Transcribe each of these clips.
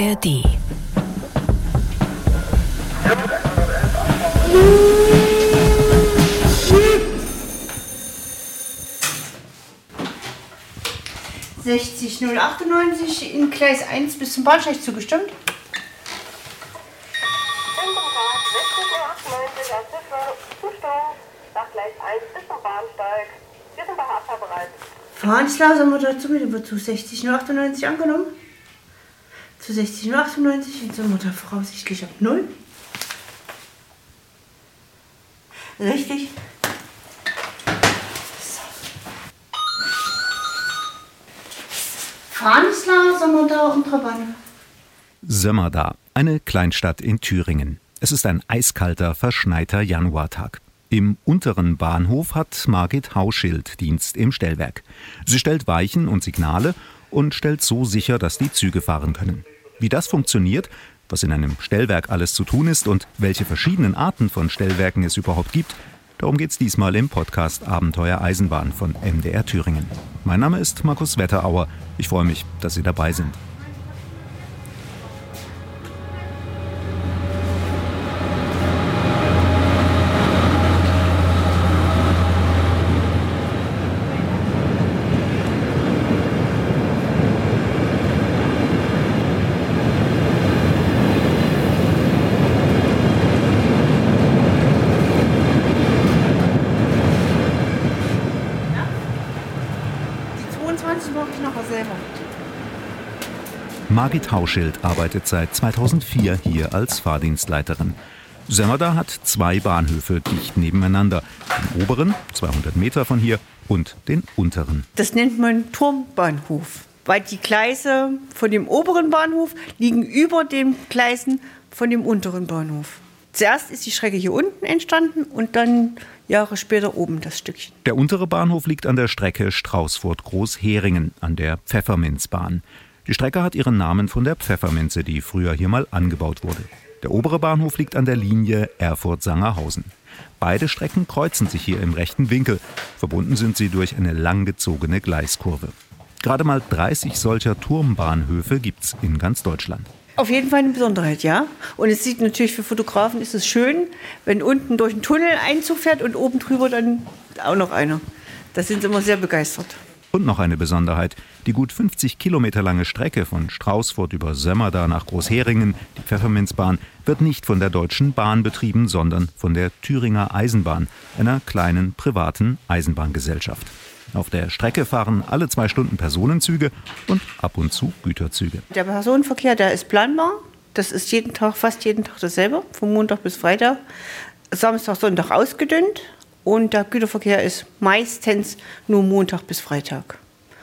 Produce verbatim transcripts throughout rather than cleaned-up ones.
R D. sechzig null achtundneunzig in Gleis eins bis zum Bahnsteig zugestimmt. Nach Gleis eins bis zum Bahnsteig. Wir sind bei Hafer bereit. Fahrenslau, sagen wir dazu, mit wird zu sechzig null achtundneunzig angenommen. Zu sechzig null achtundneunzig und sind wir da voraussichtlich ab null. Richtig. So. Fahrenslau, sagen wir da, und Trabant. Sömmerda, eine Kleinstadt in Thüringen. Es ist ein eiskalter, verschneiter Januartag. Im unteren Bahnhof hat Margit Hauschild Dienst im Stellwerk. Sie stellt Weichen und Signale und stellt so sicher, dass die Züge fahren können. Wie das funktioniert, was in einem Stellwerk alles zu tun ist und welche verschiedenen Arten von Stellwerken es überhaupt gibt, darum geht's diesmal im Podcast Abenteuer Eisenbahn von M D R Thüringen. Mein Name ist Markus Wetterauer. Ich freue mich, dass Sie dabei sind. Margit Hauschild arbeitet seit zweitausendvier hier als Fahrdienstleiterin. Sömmerda hat zwei Bahnhöfe dicht nebeneinander. Den oberen, zweihundert Meter von hier, und den unteren. Das nennt man Turmbahnhof, weil die Gleise von dem oberen Bahnhof liegen über den Gleisen von dem unteren Bahnhof. Zuerst ist die Strecke hier unten entstanden und dann Jahre später oben das Stückchen. Der untere Bahnhof liegt an der Strecke Straußfurt-Großheringen, an der Pfefferminzbahn. Die Strecke hat ihren Namen von der Pfefferminze, die früher hier mal angebaut wurde. Der obere Bahnhof liegt an der Linie Erfurt-Sangerhausen. Beide Strecken kreuzen sich hier im rechten Winkel. Verbunden sind sie durch eine langgezogene Gleiskurve. Gerade mal dreißig solcher Turmbahnhöfe gibt's in ganz Deutschland. Auf jeden Fall eine Besonderheit, ja. Und es sieht natürlich für Fotografen ist es schön, wenn unten durch einen Tunnel ein Zug fährt und oben drüber dann auch noch einer. Da sind sie immer sehr begeistert. Und noch eine Besonderheit. Die gut fünfzig Kilometer lange Strecke von Straußfurt über Sömmerda nach Großheringen, die Pfefferminzbahn, wird nicht von der Deutschen Bahn betrieben, sondern von der Thüringer Eisenbahn, einer kleinen privaten Eisenbahngesellschaft. Auf der Strecke fahren alle zwei Stunden Personenzüge und ab und zu Güterzüge. Der Personenverkehr, der ist planbar. Das ist jeden Tag, fast jeden Tag dasselbe, von Montag bis Freitag. Samstag, Sonntag ausgedünnt. Und der Güterverkehr ist meistens nur Montag bis Freitag.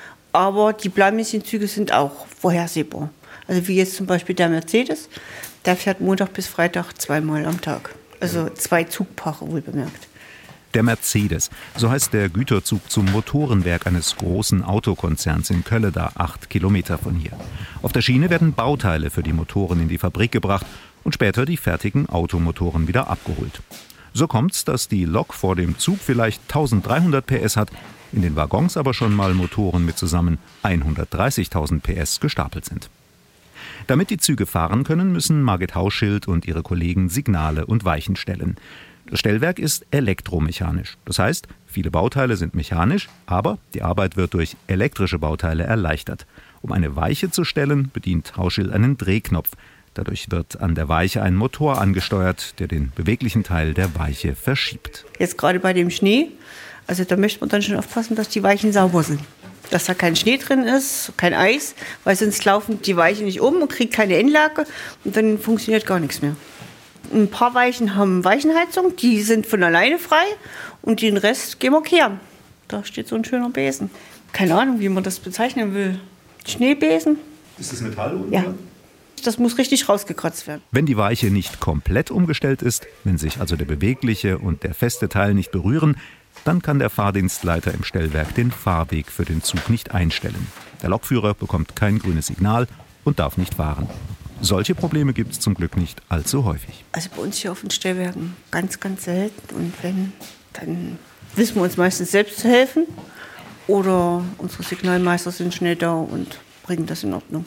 Aber die planmäßigen Züge sind auch vorhersehbar. Also wie jetzt zum Beispiel der Mercedes, der fährt Montag bis Freitag zweimal am Tag. Also zwei Zugpaare wohlbemerkt. Der Mercedes, so heißt der Güterzug zum Motorenwerk eines großen Autokonzerns in Kölleda, acht Kilometer von hier. Auf der Schiene werden Bauteile für die Motoren in die Fabrik gebracht und später die fertigen Automotoren wieder abgeholt. So kommt's, dass die Lok vor dem Zug vielleicht dreizehnhundert P S hat, in den Waggons aber schon mal Motoren mit zusammen hundertdreißigtausend P S gestapelt sind. Damit die Züge fahren können, müssen Margit Hauschild und ihre Kollegen Signale und Weichen stellen. Das Stellwerk ist elektromechanisch. Das heißt, viele Bauteile sind mechanisch, aber die Arbeit wird durch elektrische Bauteile erleichtert. Um eine Weiche zu stellen, bedient Hauschild einen Drehknopf. Dadurch wird an der Weiche ein Motor angesteuert, der den beweglichen Teil der Weiche verschiebt. Jetzt gerade bei dem Schnee, also da möchte man dann schon aufpassen, dass die Weichen sauber sind. Dass da kein Schnee drin ist, kein Eis, weil sonst laufen die Weichen nicht um und kriegt keine Endlage und dann funktioniert gar nichts mehr. Ein paar Weichen haben Weichenheizung, die sind von alleine frei und den Rest gehen wir kehren. Da steht so ein schöner Besen. Keine Ahnung, wie man das bezeichnen will. Schneebesen. Ist das Metall unten? Ja. Das muss richtig rausgekratzt werden. Wenn die Weiche nicht komplett umgestellt ist, wenn sich also der bewegliche und der feste Teil nicht berühren, dann kann der Fahrdienstleiter im Stellwerk den Fahrweg für den Zug nicht einstellen. Der Lokführer bekommt kein grünes Signal und darf nicht fahren. Solche Probleme gibt es zum Glück nicht allzu häufig. Also bei uns hier auf den Stellwerken ganz, ganz selten. Und wenn, dann wissen wir uns meistens selbst zu helfen. Oder unsere Signalmeister sind schnell da und bringen das in Ordnung.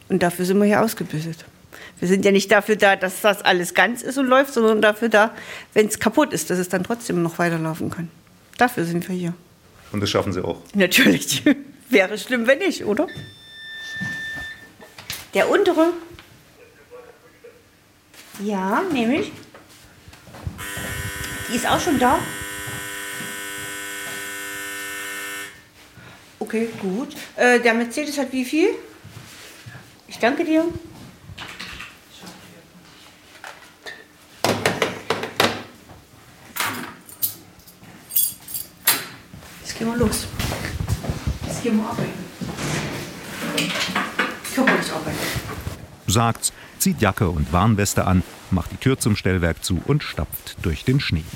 Und dafür sind wir hier ausgebildet. Wir sind ja nicht dafür da, dass das alles ganz ist und läuft, sondern dafür da, wenn es kaputt ist, dass es dann trotzdem noch weiterlaufen kann. Dafür sind wir hier. Und das schaffen Sie auch? Natürlich. Wäre schlimm, wenn nicht, oder? Der untere. Ja, nehme ich. Die ist auch schon da. Okay, gut. Äh, der Mercedes hat wie viel? Ich danke dir. Jetzt gehen wir los. Jetzt gehen wir arbeiten. Körperlich arbeiten. Sagt's, zieht Jacke und Warnweste an, macht die Tür zum Stellwerk zu und stapft durch den Schnee.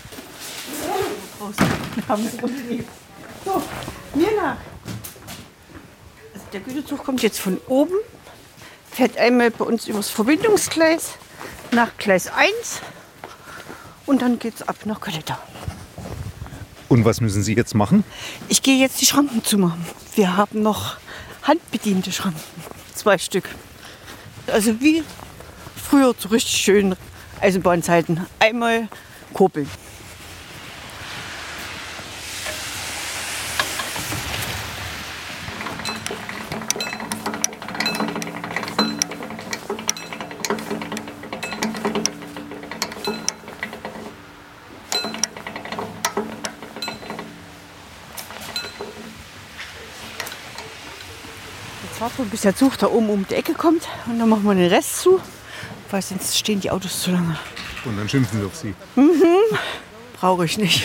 So, mir nach. Also der Güterzug kommt jetzt von oben, fährt einmal bei uns übers Verbindungsgleis nach Gleis eins und dann geht's ab nach Kölleda. Und was müssen Sie jetzt machen? Ich gehe jetzt die Schranken zumachen. Wir haben noch handbediente Schranken, zwei Stück. Also wie früher zu richtig schönen Eisenbahnzeiten. Einmal kurbeln. Jetzt warten wir, bis der Zug da oben um die Ecke kommt und dann machen wir den Rest zu, weil sonst stehen die Autos zu lange. Und dann schimpfen Sie auf Sie. Mhm. Brauche ich nicht.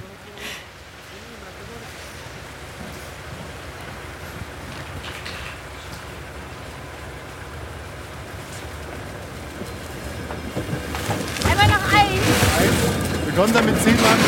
Einmal noch eins. Wir kommen damit zehn Mann.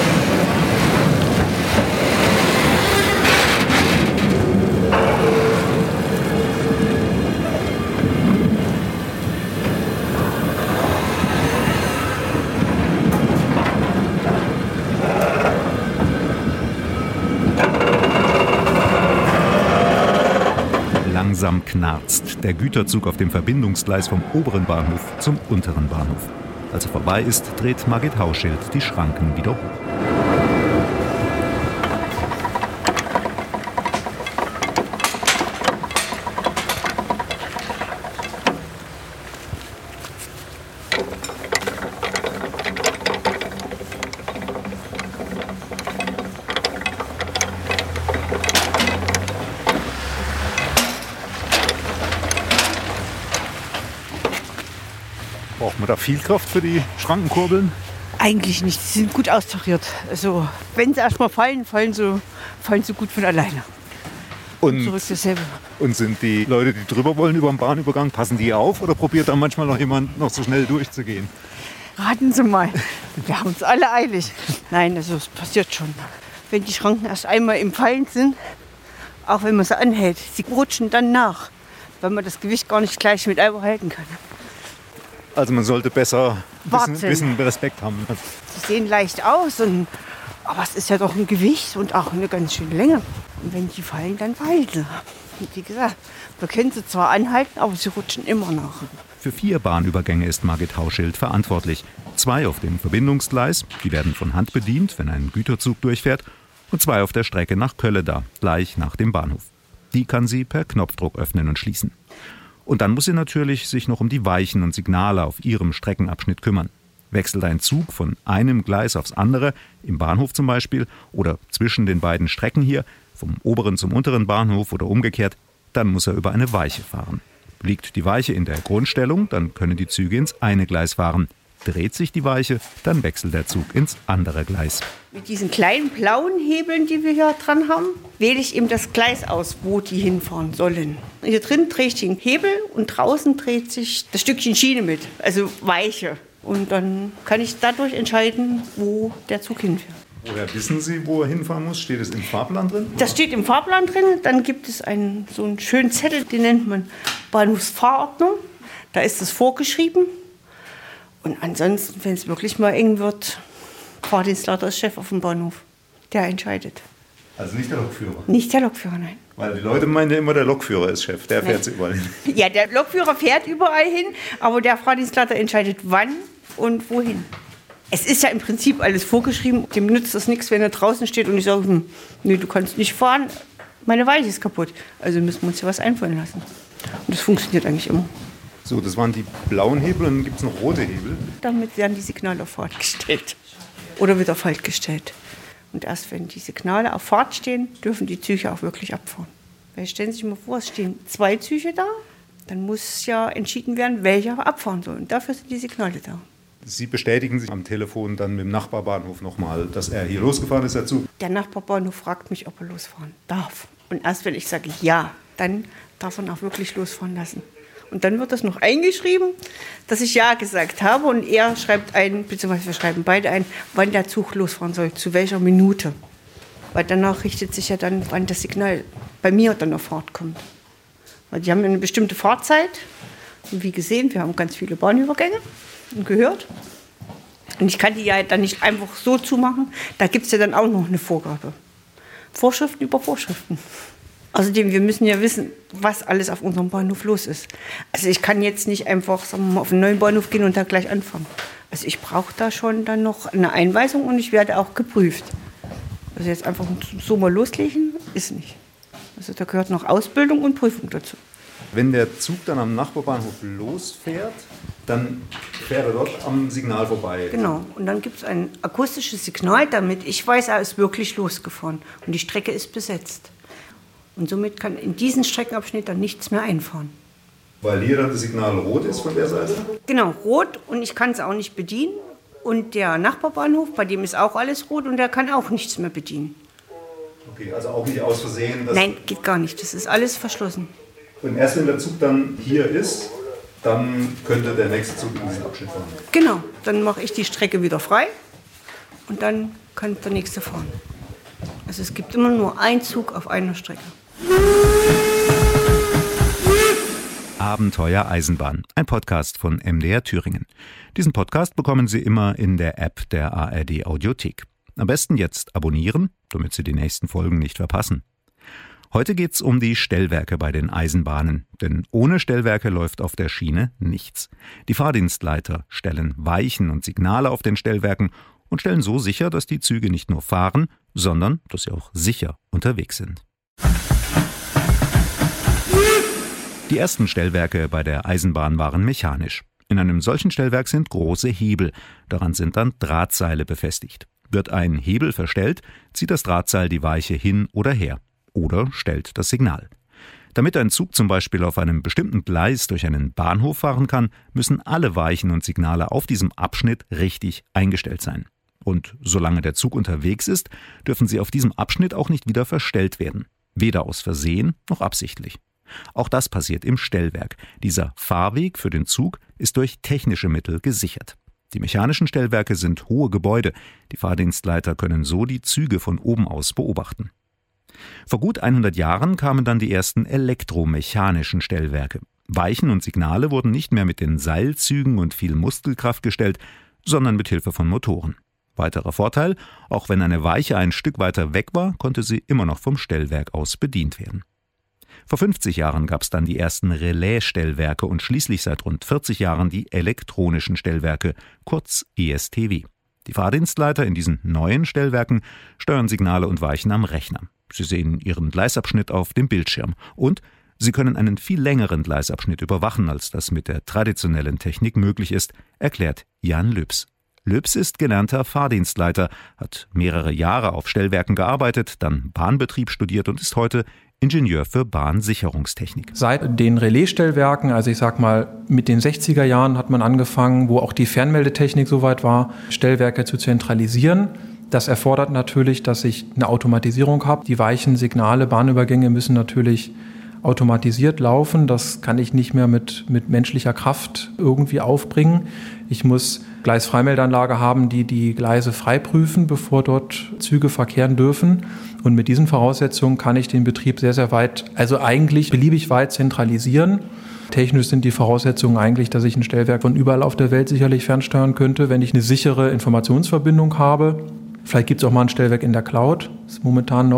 Langsam knarzt der Güterzug auf dem Verbindungsgleis vom oberen Bahnhof zum unteren Bahnhof. Als er vorbei ist, dreht Margit Hauschild die Schranken wieder hoch. Braucht man da viel Kraft für die Schrankenkurbeln? Eigentlich nicht. Sie sind gut austariert. Also, wenn sie erstmal fallen, fallen sie, fallen sie gut von alleine. Und zurück dasselbe. Und sind die Leute, die drüber wollen über den Bahnübergang, passen die auf oder probiert da manchmal noch jemand noch so schnell durchzugehen? Raten Sie mal. Wir haben uns alle eilig. Nein, also es passiert schon. Wenn die Schranken erst einmal im Fallen sind, auch wenn man sie anhält, sie rutschen dann nach, weil man das Gewicht gar nicht gleich mit einmal halten kann. Also man sollte besser Warten. bisschen, bisschen Respekt haben. Sie sehen leicht aus, und, aber es ist ja doch ein Gewicht und auch eine ganz schöne Länge. Und wenn die fallen, dann fallen sie. Und wie gesagt, wir können sie zwar anhalten, aber sie rutschen immer nach. Für vier Bahnübergänge ist Margit Hauschild verantwortlich. Zwei auf dem Verbindungsgleis, die werden von Hand bedient, wenn ein Güterzug durchfährt, und zwei auf der Strecke nach Kölleda, gleich nach dem Bahnhof. Die kann sie per Knopfdruck öffnen und schließen. Und dann muss sie natürlich sich noch um die Weichen und Signale auf ihrem Streckenabschnitt kümmern. Wechselt ein Zug von einem Gleis aufs andere, im Bahnhof zum Beispiel, oder zwischen den beiden Strecken hier, vom oberen zum unteren Bahnhof oder umgekehrt, dann muss er über eine Weiche fahren. Liegt die Weiche in der Grundstellung, dann können die Züge ins eine Gleis fahren. Dreht sich die Weiche, dann wechselt der Zug ins andere Gleis. Mit diesen kleinen blauen Hebeln, die wir hier dran haben, wähle ich eben das Gleis aus, wo die hinfahren sollen. Hier drin drehe ich den Hebel und draußen dreht sich das Stückchen Schiene mit, also Weiche. Und dann kann ich dadurch entscheiden, wo der Zug hinfährt. Woher wissen Sie, wo er hinfahren muss? Steht es im Fahrplan drin? Das steht im Fahrplan drin. Dann gibt es einen, so einen schönen Zettel, den nennt man Bahnhofsfahrordnung. Da ist es vorgeschrieben. Und ansonsten, wenn es wirklich mal eng wird, Fahrdienstleiter ist Chef auf dem Bahnhof. Der entscheidet. Also nicht der Lokführer? Nicht der Lokführer, nein. Weil die Leute meinen ja immer, der Lokführer ist Chef, der fährt überall hin. Ja, der Lokführer fährt überall hin, aber der Fahrdienstleiter entscheidet wann und wohin. Es ist ja im Prinzip alles vorgeschrieben, dem nützt das nichts, wenn er draußen steht und ich sage, hm, nee, du kannst nicht fahren, meine Weiche ist kaputt. Also müssen wir uns ja was einfallen lassen. Und das funktioniert eigentlich immer. So, das waren die blauen Hebel und dann gibt es noch rote Hebel. Damit werden die Signale auf Fahrt gestellt oder wieder auf Halt gestellt. Und erst wenn die Signale auf Fahrt stehen, dürfen die Züge auch wirklich abfahren. Weil stellen Sie sich mal vor, es stehen zwei Züge da, dann muss ja entschieden werden, welcher abfahren soll. Und dafür sind die Signale da. Sie bestätigen sich am Telefon dann mit dem Nachbarbahnhof nochmal, dass er hier losgefahren ist, der Zug? Der Nachbarbahnhof fragt mich, ob er losfahren darf. Und erst wenn ich sage ja, dann darf er auch wirklich losfahren lassen. Und dann wird das noch eingeschrieben, dass ich ja gesagt habe. Und er schreibt ein, beziehungsweise wir schreiben beide ein, wann der Zug losfahren soll, zu welcher Minute. Weil danach richtet sich ja dann, wann das Signal bei mir dann auf Fahrt kommt. Weil die haben eine bestimmte Fahrzeit. Und wie gesehen, wir haben ganz viele Bahnübergänge und gehört. Und ich kann die ja dann nicht einfach so zumachen. Da gibt es ja dann auch noch eine Vorgabe. Vorschriften über Vorschriften. Außerdem, wir müssen ja wissen, was alles auf unserem Bahnhof los ist. Also ich kann jetzt nicht einfach, sagen wir mal, auf einen neuen Bahnhof gehen und da gleich anfangen. Also ich brauche da schon dann noch eine Einweisung und ich werde auch geprüft. Also jetzt einfach so mal loslegen, ist nicht. Also da gehört noch Ausbildung und Prüfung dazu. Wenn der Zug dann am Nachbarbahnhof losfährt, dann fährt er dort am Signal vorbei. Genau, und dann gibt es ein akustisches Signal, damit ich weiß, er ist wirklich losgefahren und die Strecke ist besetzt. Und somit kann in diesen Streckenabschnitt dann nichts mehr einfahren. Weil hier dann das Signal rot ist von der Seite? Genau, rot und ich kann es auch nicht bedienen. Und der Nachbarbahnhof, bei dem ist auch alles rot und der kann auch nichts mehr bedienen. Okay, also auch nicht aus Versehen? Nein, geht gar nicht. Das ist alles verschlossen. Und erst wenn der Zug dann hier ist, dann könnte der nächste Zug in diesen Abschnitt fahren? Genau, dann mache ich die Strecke wieder frei und dann kann der nächste fahren. Also es gibt immer nur einen Zug auf einer Strecke. Abenteuer Eisenbahn, ein Podcast von M D R Thüringen. Diesen Podcast bekommen Sie immer in der App der A R D Audiothek. Am besten jetzt abonnieren, damit Sie die nächsten Folgen nicht verpassen. Heute geht's um die Stellwerke bei den Eisenbahnen, denn ohne Stellwerke läuft auf der Schiene nichts. Die Fahrdienstleiter stellen Weichen und Signale auf den Stellwerken und stellen so sicher, dass die Züge nicht nur fahren, sondern dass sie auch sicher unterwegs sind. Die ersten Stellwerke bei der Eisenbahn waren mechanisch. In einem solchen Stellwerk sind große Hebel. Daran sind dann Drahtseile befestigt. Wird ein Hebel verstellt, zieht das Drahtseil die Weiche hin oder her oder stellt das Signal. Damit ein Zug zum Beispiel auf einem bestimmten Gleis durch einen Bahnhof fahren kann, müssen alle Weichen und Signale auf diesem Abschnitt richtig eingestellt sein. Und solange der Zug unterwegs ist, dürfen sie auf diesem Abschnitt auch nicht wieder verstellt werden. Weder aus Versehen noch absichtlich. Auch das passiert im Stellwerk. Dieser Fahrweg für den Zug ist durch technische Mittel gesichert. Die mechanischen Stellwerke sind hohe Gebäude. Die Fahrdienstleiter können so die Züge von oben aus beobachten. Vor gut hundert Jahren kamen dann die ersten elektromechanischen Stellwerke. Weichen und Signale wurden nicht mehr mit den Seilzügen und viel Muskelkraft gestellt, sondern mit Hilfe von Motoren. Weiterer Vorteil, auch wenn eine Weiche ein Stück weiter weg war, konnte sie immer noch vom Stellwerk aus bedient werden. Vor fünfzig Jahren gab es dann die ersten Relaisstellwerke und schließlich seit rund vierzig Jahren die elektronischen Stellwerke, kurz E S T W. Die Fahrdienstleiter in diesen neuen Stellwerken steuern Signale und Weichen am Rechner. Sie sehen ihren Gleisabschnitt auf dem Bildschirm und sie können einen viel längeren Gleisabschnitt überwachen, als das mit der traditionellen Technik möglich ist, erklärt Jan Löbs. Löbs ist gelernter Fahrdienstleiter, hat mehrere Jahre auf Stellwerken gearbeitet, dann Bahnbetrieb studiert und ist heute Ingenieur für Bahnsicherungstechnik. Seit den Relaisstellwerken, also ich sag mal mit den sechziger Jahren hat man angefangen, wo auch die Fernmeldetechnik soweit war, Stellwerke zu zentralisieren. Das erfordert natürlich, dass ich eine Automatisierung habe. Die Weichen, Signale, Bahnübergänge müssen natürlich automatisiert laufen. Das kann ich nicht mehr mit, mit menschlicher Kraft irgendwie aufbringen. Ich muss Gleisfreimeldeanlage haben, die die Gleise frei prüfen, bevor dort Züge verkehren dürfen. Und mit diesen Voraussetzungen kann ich den Betrieb sehr, sehr weit, also eigentlich beliebig weit zentralisieren. Technisch sind die Voraussetzungen eigentlich, dass ich ein Stellwerk von überall auf der Welt sicherlich fernsteuern könnte, wenn ich eine sichere Informationsverbindung habe. Vielleicht gibt es auch mal ein Stellwerk in der Cloud. Das ist momentan noch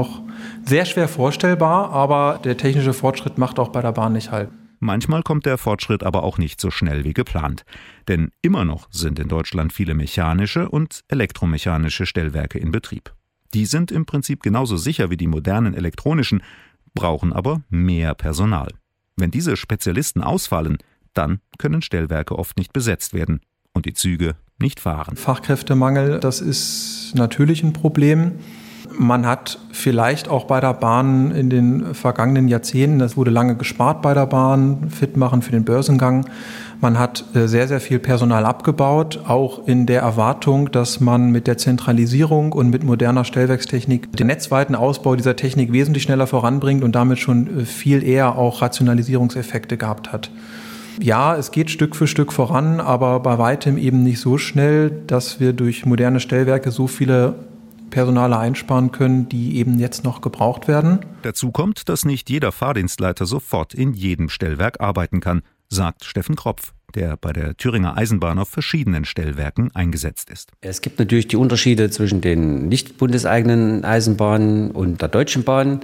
Sehr schwer vorstellbar, aber der technische Fortschritt macht auch bei der Bahn nicht halt. Manchmal kommt der Fortschritt aber auch nicht so schnell wie geplant. Denn immer noch sind in Deutschland viele mechanische und elektromechanische Stellwerke in Betrieb. Die sind im Prinzip genauso sicher wie die modernen elektronischen, brauchen aber mehr Personal. Wenn diese Spezialisten ausfallen, dann können Stellwerke oft nicht besetzt werden und die Züge nicht fahren. Fachkräftemangel, das ist natürlich ein Problem. Man hat vielleicht auch bei der Bahn in den vergangenen Jahrzehnten, das wurde lange gespart bei der Bahn, fit machen für den Börsengang. Man hat sehr, sehr viel Personal abgebaut, auch in der Erwartung, dass man mit der Zentralisierung und mit moderner Stellwerkstechnik den netzweiten Ausbau dieser Technik wesentlich schneller voranbringt und damit schon viel eher auch Rationalisierungseffekte gehabt hat. Ja, es geht Stück für Stück voran, aber bei weitem eben nicht so schnell, dass wir durch moderne Stellwerke so viele Personale einsparen können, die eben jetzt noch gebraucht werden. Dazu kommt, dass nicht jeder Fahrdienstleiter sofort in jedem Stellwerk arbeiten kann, sagt Steffen Kropf, der bei der Thüringer Eisenbahn auf verschiedenen Stellwerken eingesetzt ist. Es gibt natürlich die Unterschiede zwischen den nicht bundeseigenen Eisenbahnen und der Deutschen Bahn.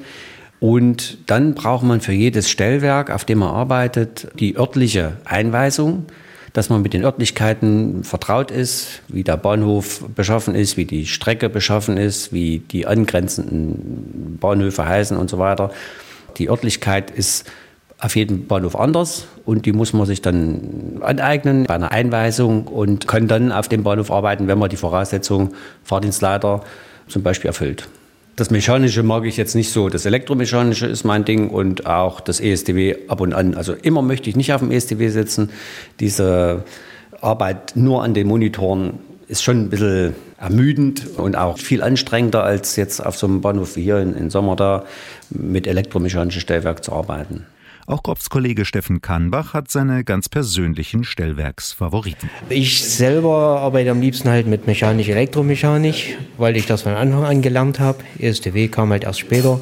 Und dann braucht man für jedes Stellwerk, auf dem man arbeitet, die örtliche Einweisung, dass man mit den Örtlichkeiten vertraut ist, wie der Bahnhof beschaffen ist, wie die Strecke beschaffen ist, wie die angrenzenden Bahnhöfe heißen und so weiter. Die Örtlichkeit ist auf jedem Bahnhof anders und die muss man sich dann aneignen bei einer Einweisung und kann dann auf dem Bahnhof arbeiten, wenn man die Voraussetzungen Fahrdienstleiter zum Beispiel erfüllt. Das Mechanische mag ich jetzt nicht so. Das Elektromechanische ist mein Ding und auch das E S D W ab und an. Also immer möchte ich nicht auf dem E S D W sitzen. Diese Arbeit nur an den Monitoren ist schon ein bisschen ermüdend und auch viel anstrengender, als jetzt auf so einem Bahnhof wie hier in, in Sömmerda mit elektromechanischem Stellwerk zu arbeiten. Auch Kropfs Kollege Steffen Kannbach hat seine ganz persönlichen Stellwerksfavoriten. Ich selber arbeite am liebsten halt mit Mechanik, Elektromechanik, weil ich das von Anfang an gelernt habe. E S D W kam halt erst später.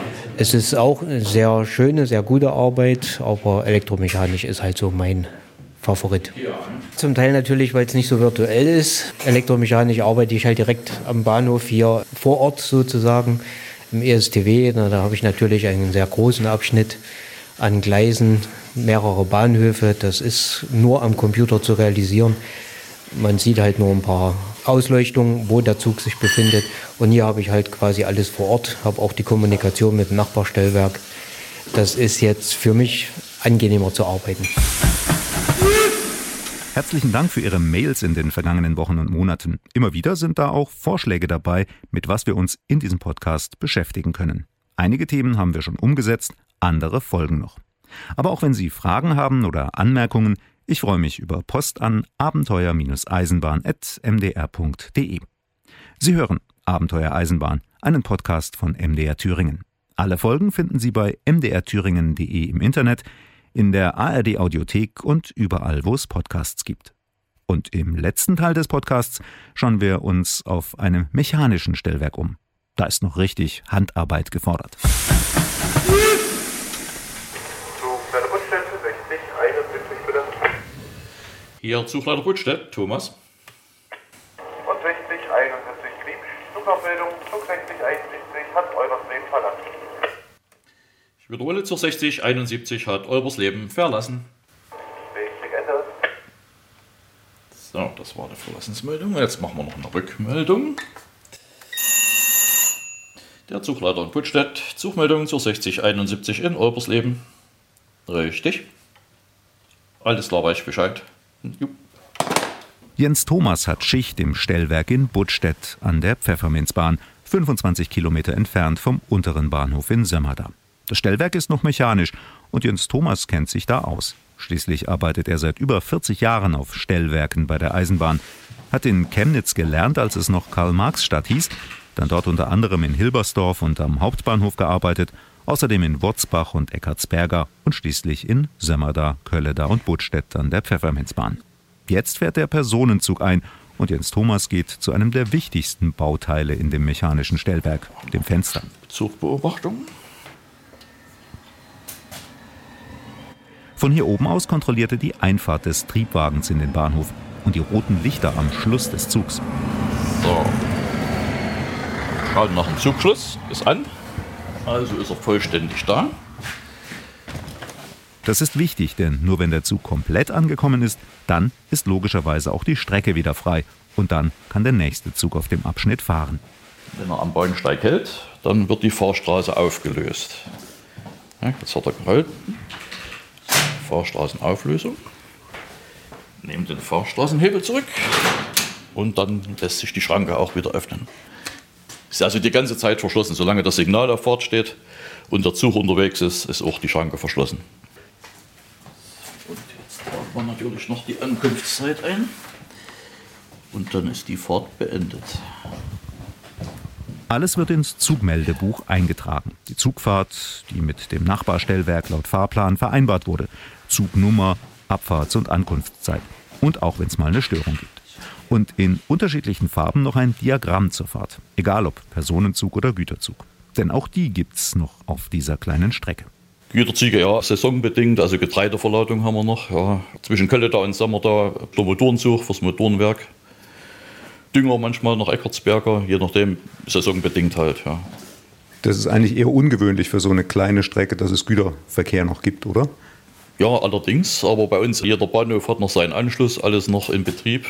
Es ist auch eine sehr schöne, sehr gute Arbeit, aber Elektromechanik ist halt so mein Favorit. Ja. Zum Teil natürlich, weil es nicht so virtuell ist. Elektromechanisch arbeite ich halt direkt am Bahnhof hier vor Ort sozusagen. Im E S D W, na, da habe ich natürlich einen sehr großen Abschnitt an Gleisen, mehrere Bahnhöfe. Das ist nur am Computer zu realisieren. Man sieht halt nur ein paar Ausleuchtungen, wo der Zug sich befindet. Und hier habe ich halt quasi alles vor Ort, habe auch die Kommunikation mit dem Nachbarstellwerk. Das ist jetzt für mich angenehmer zu arbeiten. Herzlichen Dank für Ihre Mails in den vergangenen Wochen und Monaten. Immer wieder sind da auch Vorschläge dabei, mit was wir uns in diesem Podcast beschäftigen können. Einige Themen haben wir schon umgesetzt, andere folgen noch. Aber auch wenn Sie Fragen haben oder Anmerkungen, ich freue mich über Post an abenteuer Eisenbahn at m d r punkt d e. Sie hören Abenteuer Eisenbahn, einen Podcast von M D R Thüringen. Alle Folgen finden Sie bei m d r thüringen punkt d e im Internet, in der A R D Audiothek und überall, wo es Podcasts gibt. Und im letzten Teil des Podcasts schauen wir uns auf einem mechanischen Stellwerk um. Da ist noch richtig Handarbeit gefordert. Hier Zugleiter Buttstedt, Thomas. Und sechzig einundsiebzig Krieg, Zugaufmeldung, Zug sechzig einundsiebzig hat Eulersleben verlassen. Ich wiederhole, Zug sechzig einundsiebzig hat Eulersleben verlassen. Richtig, Ende. So, das war eine Verlassensmeldung. Jetzt machen wir noch eine Rückmeldung. Der Zugleiter in Buttstedt, Zugmeldung Zug sechzig einundsiebzig in Eulersleben. Richtig. Alles klar, weiß ich Bescheid. Jupp. Jens Thomas hat Schicht im Stellwerk in Buttstedt an der Pfefferminzbahn, fünfundzwanzig Kilometer entfernt vom unteren Bahnhof in Sömmerda. Das Stellwerk ist noch mechanisch und Jens Thomas kennt sich da aus. Schließlich arbeitet er seit über vierzig Jahren auf Stellwerken bei der Eisenbahn, hat in Chemnitz gelernt, als es noch Karl-Marx-Stadt hieß, dann dort unter anderem in Hilbersdorf und am Hauptbahnhof gearbeitet, außerdem in Wurzbach und Eckartsberga und schließlich in Sömmerda, Kölleda und Buttstedt an der Pfefferminzbahn. Jetzt fährt der Personenzug ein und Jens Thomas geht zu einem der wichtigsten Bauteile in dem mechanischen Stellwerk, dem Fenster. Zugbeobachtung. Von hier oben aus kontrolliert er die Einfahrt des Triebwagens in den Bahnhof und die roten Lichter am Schluss des Zugs. So. Schauen nach dem Zugschluss. Ist an. Also ist er vollständig da. Das ist wichtig, denn nur wenn der Zug komplett angekommen ist, dann ist logischerweise auch die Strecke wieder frei. Und dann kann der nächste Zug auf dem Abschnitt fahren. Wenn er am Bahnsteig hält, dann wird die Fahrstraße aufgelöst. Ja, jetzt hat er gerollt. Fahrstraßenauflösung. Nehmen den Fahrstraßenhebel zurück und dann lässt sich die Schranke auch wieder öffnen. Ist also die ganze Zeit verschlossen. Solange das Signal auf Fahrt steht und der Zug unterwegs ist, ist auch die Schranke verschlossen. Und jetzt tragen wir natürlich noch die Ankunftszeit ein. Und dann ist die Fahrt beendet. Alles wird ins Zugmeldebuch eingetragen. Die Zugfahrt, die mit dem Nachbarstellwerk laut Fahrplan vereinbart wurde. Zugnummer, Abfahrts- und Ankunftszeit. Und auch wenn es mal eine Störung gibt. Und in unterschiedlichen Farben noch ein Diagramm zur Fahrt. Egal ob Personenzug oder Güterzug. Denn auch die gibt's noch auf dieser kleinen Strecke. Güterzüge, ja, saisonbedingt, also Getreideverladung haben wir noch. Ja. Zwischen Kölleda und Sammerda der Motorenzug fürs Motorenwerk. Dünger manchmal nach Eckartsberger, je nachdem, saisonbedingt halt, ja. Das ist eigentlich eher ungewöhnlich für so eine kleine Strecke, dass es Güterverkehr noch gibt, oder? Ja, allerdings, aber bei uns, jeder Bahnhof hat noch seinen Anschluss, alles noch in Betrieb.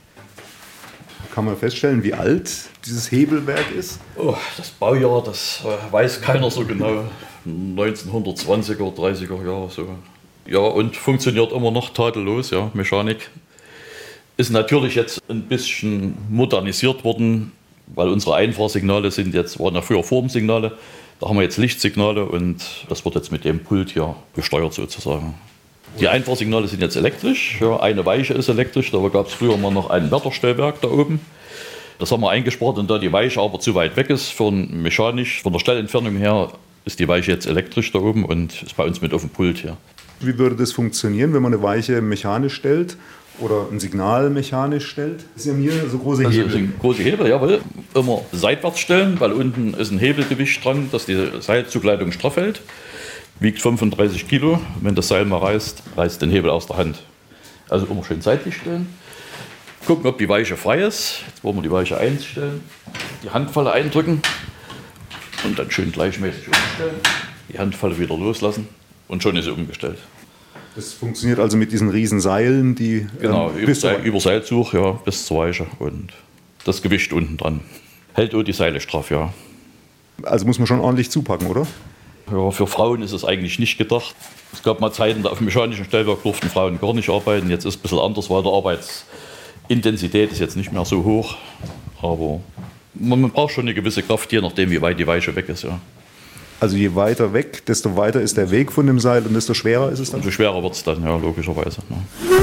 Kann man feststellen, wie alt dieses Hebelwerk ist? Oh, das Baujahr, das äh, weiß keiner so genau. neunzehnhundertzwanziger, dreißiger Jahre so. Ja, und funktioniert immer noch tadellos, ja, Mechanik. Ist natürlich jetzt ein bisschen modernisiert worden, weil unsere Einfahrsignale sind jetzt, waren ja früher Formsignale, da haben wir jetzt Lichtsignale und das wird jetzt mit dem Pult hier gesteuert sozusagen. Die Einfahrsignale sind jetzt elektrisch, ja, eine Weiche ist elektrisch, da gab es früher mal noch ein Wärterstellwerk da oben. Das haben wir eingespart und da die Weiche aber zu weit weg ist, von mechanisch, von der Stellentfernung her, ist die Weiche jetzt elektrisch da oben und ist bei uns mit auf dem Pult hier. Wie würde das funktionieren, wenn man eine Weiche mechanisch stellt? Oder ein Signal mechanisch stellt? Sie haben hier so große Hebel. Also sind große Hebel, jawohl. Immer seitwärts stellen, weil unten ist ein Hebelgewicht dran, dass die Seilzugleitung straff hält. Wiegt fünfunddreißig Kilo. Wenn das Seil mal reißt, reißt den Hebel aus der Hand. Also immer schön seitlich stellen. Gucken, ob die Weiche frei ist. Jetzt wollen wir die Weiche eins stellen. Die Handfalle eindrücken. Und dann schön gleichmäßig umstellen. Die Handfalle wieder loslassen. Und schon ist sie umgestellt. Das funktioniert also mit diesen riesen Seilen, die genau, ähm, über, Seil, über Seilzug, ja, bis zur Weiche und das Gewicht unten dran. Hält auch die Seile straff, ja. Also muss man schon ordentlich zupacken, oder? Ja, für Frauen ist es eigentlich nicht gedacht. Es gab mal Zeiten, da auf dem mechanischen Stellwerk durften Frauen gar nicht arbeiten. Jetzt ist es ein bisschen anders, weil die Arbeitsintensität ist jetzt nicht mehr so hoch. Aber man braucht schon eine gewisse Kraft, je nachdem, wie weit die Weiche weg ist, ja. Also je weiter weg, desto weiter ist der Weg von dem Seil und desto schwerer ist es dann? Umso schwerer wird es dann, ja, logischerweise. Ja.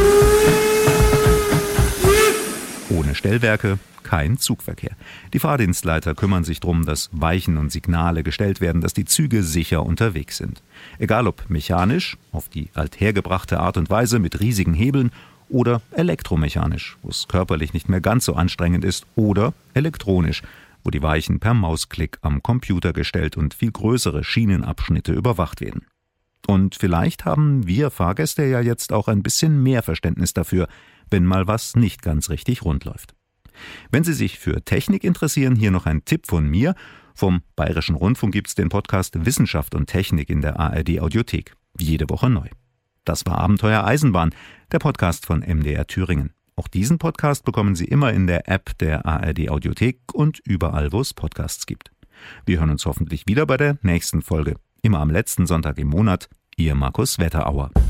Ohne Stellwerke kein Zugverkehr. Die Fahrdienstleiter kümmern sich darum, dass Weichen und Signale gestellt werden, dass die Züge sicher unterwegs sind. Egal ob mechanisch, auf die althergebrachte Art und Weise mit riesigen Hebeln, oder elektromechanisch, wo es körperlich nicht mehr ganz so anstrengend ist, oder elektronisch, wo die Weichen per Mausklick am Computer gestellt und viel größere Schienenabschnitte überwacht werden. Und vielleicht haben wir Fahrgäste ja jetzt auch ein bisschen mehr Verständnis dafür, wenn mal was nicht ganz richtig rund läuft. Wenn Sie sich für Technik interessieren, hier noch ein Tipp von mir. Vom Bayerischen Rundfunk gibt's den Podcast Wissenschaft und Technik in der A R D Audiothek. Jede Woche neu. Das war Abenteuer Eisenbahn, der Podcast von M D R Thüringen. Auch diesen Podcast bekommen Sie immer in der App der A R D Audiothek und überall, wo es Podcasts gibt. Wir hören uns hoffentlich wieder bei der nächsten Folge. Immer am letzten Sonntag im Monat. Ihr Markus Wetterauer.